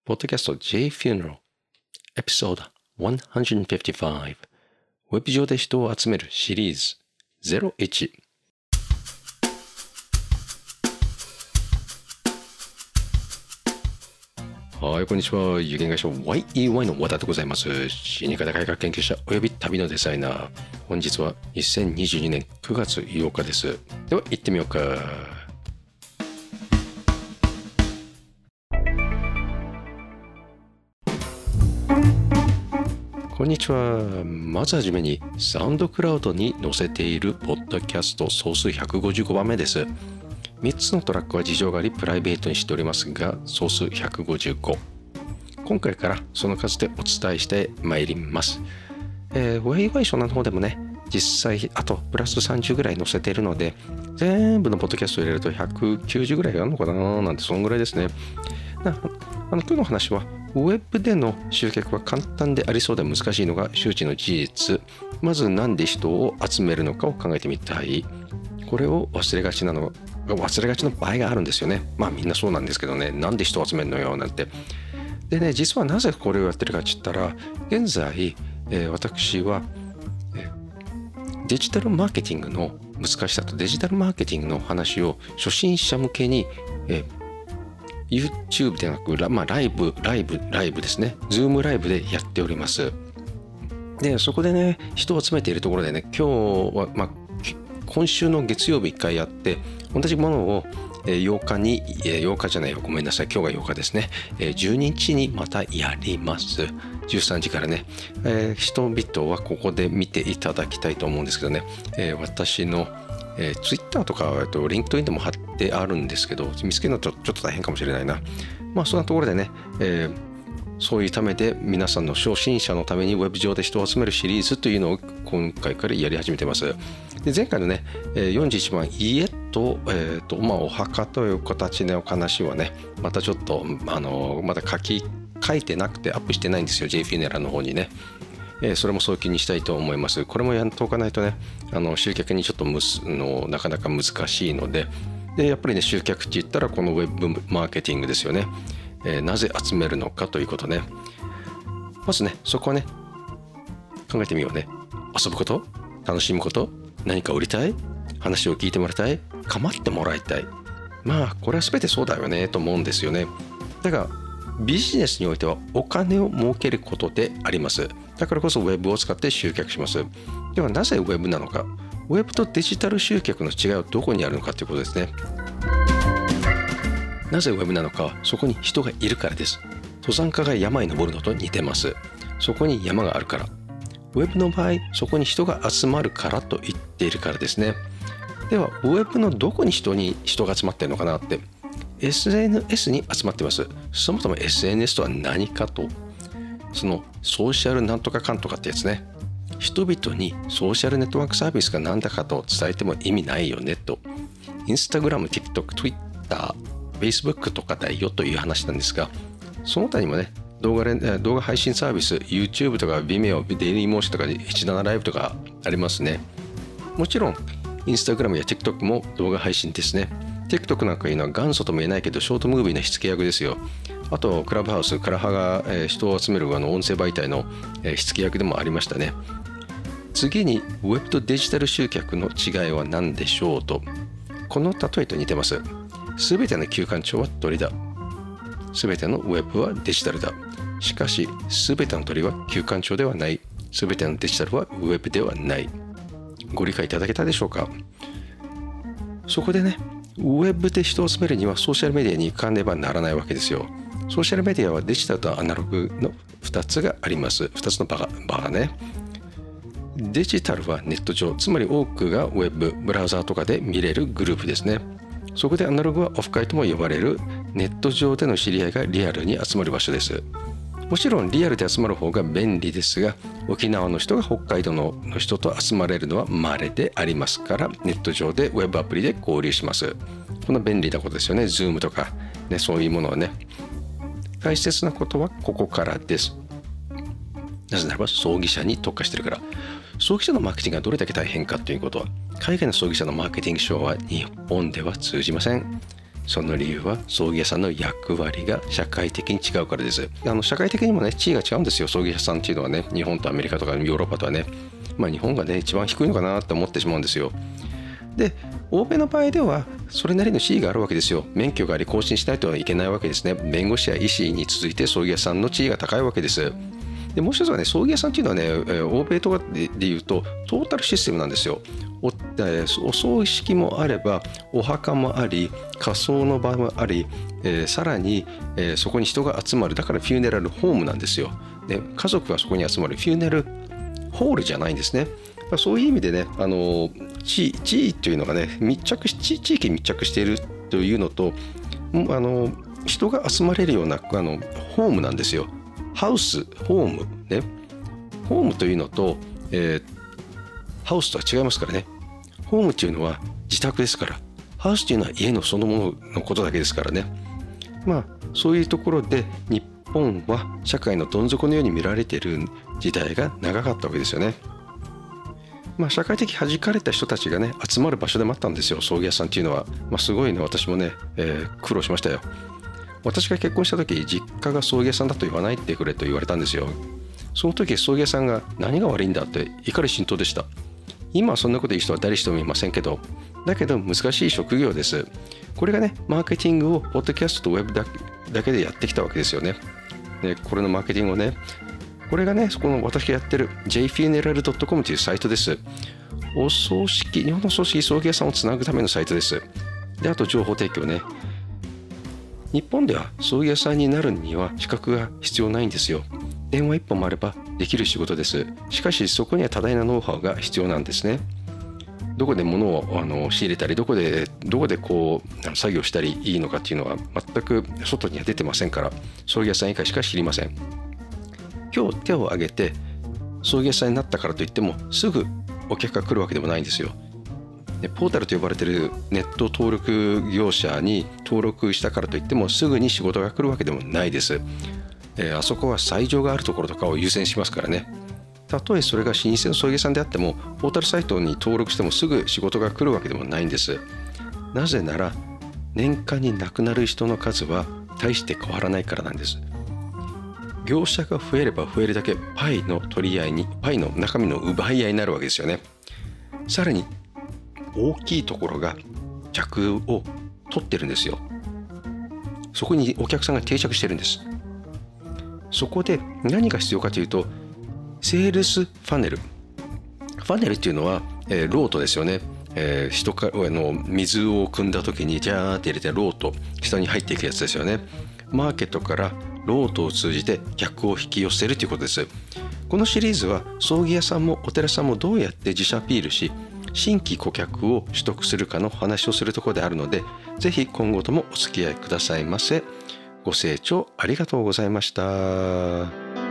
ポッドキャスト J Funeral エピソード155ウェブ上で人を集めるシリーズ01。はい、こんにちは。有限会社 YEY の和田でございます。死に方改革研究者および旅のデザイナー。本日は2022年9月8日です。では行ってみようか。こんにちは。まずはじめにサウンドクラウドに載せているポッドキャスト総数155番目です。3つのトラックは事情がありプライベートにしておりますが、総数155。今回からその数でお伝えしてまいります。ワイワイショナの方でもね、実際あとプラス30ぐらい載せているので、全部のポッドキャストを入れると190ぐらいあるのかななんて、そんぐらいですね。今日の話はウェブでの集客は簡単でありそうで難しいのが周知の事実。まずなんで人を集めるのかを考えてみたい。これを忘れがちの場合があるんですよね。まあみんなそうなんですけどね、なんで人を集めるのよなんて。でね、実はなぜこれをやってるかって言ったら、現在、私は、デジタルマーケティングの難しさとデジタルマーケティングの話を初心者向けに、YouTube ではなく、ライブですね。Zoom ライブでやっております。で、そこでね、人を集めているところでね、今日は、今週の月曜日1回やって、同じものを8日じゃないよ、ごめんなさい、今日が8日ですね。12日にまたやります。13時からね、人々はここで見ていただきたいと思うんですけどね、私のTwitter とかLinkedIn でも貼ってあるんですけど、見つけるのちょっと大変かもしれないな。そんなところでね、そういうためで皆さんの初心者のためにウェブ上で人を集めるシリーズというのを今回からやり始めてます。で、前回のね、41番家と、お墓という形の話はね、またちょっとまだ書いてなくてアップしてないんですよ、J フィネラの方にね。それも早期にしたいと思います。これもやっておかないとね、集客にちょっとなかなか難しいので、やっぱりね、集客って言ったらこのウェブマーケティングですよね。なぜ集めるのかということね。まずね、そこはね、考えてみようね。遊ぶこと、楽しむこと、何か売りたい、話を聞いてもらいたい、構ってもらいたい。これは全てそうだよねと思うんですよね。だがビジネスにおいてはお金を儲けることであります。だからこそウェブを使って集客します。ではなぜウェブなのか。ウェブとデジタル集客の違いはどこにあるのかということですね。なぜウェブなのかは、そこに人がいるからです。登山家が山に登るのと似てます。そこに山があるから。ウェブの場合、そこに人が集まるからと言っているからですね。ではウェブのどこに人が集まっているのかなって。SNS に集まっています。そもそも SNS とは何かと、そのソーシャルなんとかかんとかってやつね。人々にソーシャルネットワークサービスが何だかと伝えても意味ないよねと。Instagram、TikTok、Twitter、Facebook とかだよという話なんですが、その他にもね、動画配信サービス、YouTube とか Vimeo、デイリーモーションとか17ライブとかありますね。もちろん Instagram や TikTok も動画配信ですね。TikTok なんかいうのは元祖とも言えないけどショートムービーの火付け役ですよ。あとクラブハウス、カラハが人を集める音声媒体の火付け役でもありましたね。次にウェブとデジタル集客の違いは何でしょうと。この例えと似てます。すべての休館長は鳥だ。すべてのウェブはデジタルだ。しかしすべての鳥は休館長ではない。すべてのデジタルはウェブではない。ご理解いただけたでしょうか。そこでね、ウェブで人を集めるにはソーシャルメディアに行かねばならないわけですよ。ソーシャルメディアはデジタルとアナログの2つがあります。2つの場がね。デジタルはネット上、つまり多くがウェブ、ブラウザーとかで見れるグループですね。そこでアナログはオフ会とも呼ばれるネット上での知り合いがリアルに集まる場所です。もちろんリアルで集まる方が便利ですが、沖縄の人が北海道の人と集まれるのは稀でありますから、ネット上でウェブアプリで交流します。こんな便利なことですよね。Zoom とか、ね、そういうものはね。大切なことはここからです。なぜならば葬儀社に特化しているから。葬儀社のマーケティングがどれだけ大変かということは、海外の葬儀社のマーケティング手法は日本では通じません。 その理由は葬儀屋さんの役割が社会的に違うからです。社会的にもね地位が違うんですよ。葬儀屋さんっていうのはね、日本とアメリカとかヨーロッパとはね、日本がね一番低いのかなと思ってしまうんですよ。で欧米の場合ではそれなりの地位があるわけですよ。免許があり更新しないといけないわけですね。弁護士や医師に続いて葬儀屋さんの地位が高いわけです。でもう一つはね、葬儀屋さんっていうのはね、欧米とかでいうとトータルシステムなんですよ。お葬式もあればお墓もあり火葬の場もあり、さらに、そこに人が集まる、だからフューネラルホームなんですよ。で家族がそこに集まるフューネラルホールじゃないんですね。そういう意味でね、地位というのがね地域に密着しているというのと、人が集まれるようなホームなんですよ。ハウス、ホームね。ホームというのと、ハウスとは違いますからね。ホームというのは自宅ですから、ハウスというのは家のそのもののことだけですからね。そういうところで日本は社会のどん底のように見られている時代が長かったわけですよね。社会的弾かれた人たちがね集まる場所でもあったんですよ、葬儀屋さんっていうのは。すごいね、私もね、苦労しましたよ。私が結婚した時、実家が葬儀屋さんだと言わないでくれと言われたんですよ。その時葬儀屋さんが何が悪いんだって怒り心頭でした。今はそんなこと言う人は誰一人もいませんけど、だけど難しい職業です。これがねマーケティングをポッドキャストとウェブだけでやってきたわけですよね。でこれのマーケティングをね、これがねこの私がやってる jfuneral.com というサイトです。お葬式、日本の葬式葬儀屋さんをつなぐためのサイトです。であと情報提供ね。日本では葬儀屋さんになるには資格が必要ないんですよ。電話一本もあればできる仕事です。しかしそこには多大なノウハウが必要なんですね。どこで物を仕入れたり、どこでこう作業したりいいのかっていうのは全く外には出てませんから、葬儀屋さん以外しか知りません。今日手を挙げて葬儀屋さんになったからといってもすぐお客が来るわけでもないんですよ。ポータルと呼ばれているネット登録業者に登録したからといってもすぐに仕事が来るわけでもないです。あそこは最上があるところとかを優先しますからね。たとえそれが老舗の葬儀屋さんであってもポータルサイトに登録してもすぐ仕事が来るわけでもないんです。なぜなら年間に亡くなる人の数は大して変わらないからなんです。業者が増えれば増えるだけパイの取り合いに、パイの中身の奪い合いになるわけですよね。さらに大きいところが客を取ってるんですよ。そこにお客さんが定着してるんです。そこで何が必要かというと、セールスファネル。ファネルっていうのは、ロートですよね。水を汲んだ時にジャーって入れてロート下に入っていくやつですよね。マーケットからロートを通じて客を引き寄せるということです。このシリーズは葬儀屋さんもお寺さんもどうやって自社アピールし新規顧客を取得するかの話をするところであるので、ぜひ今後ともお付き合いくださいませ。ご清聴ありがとうございました。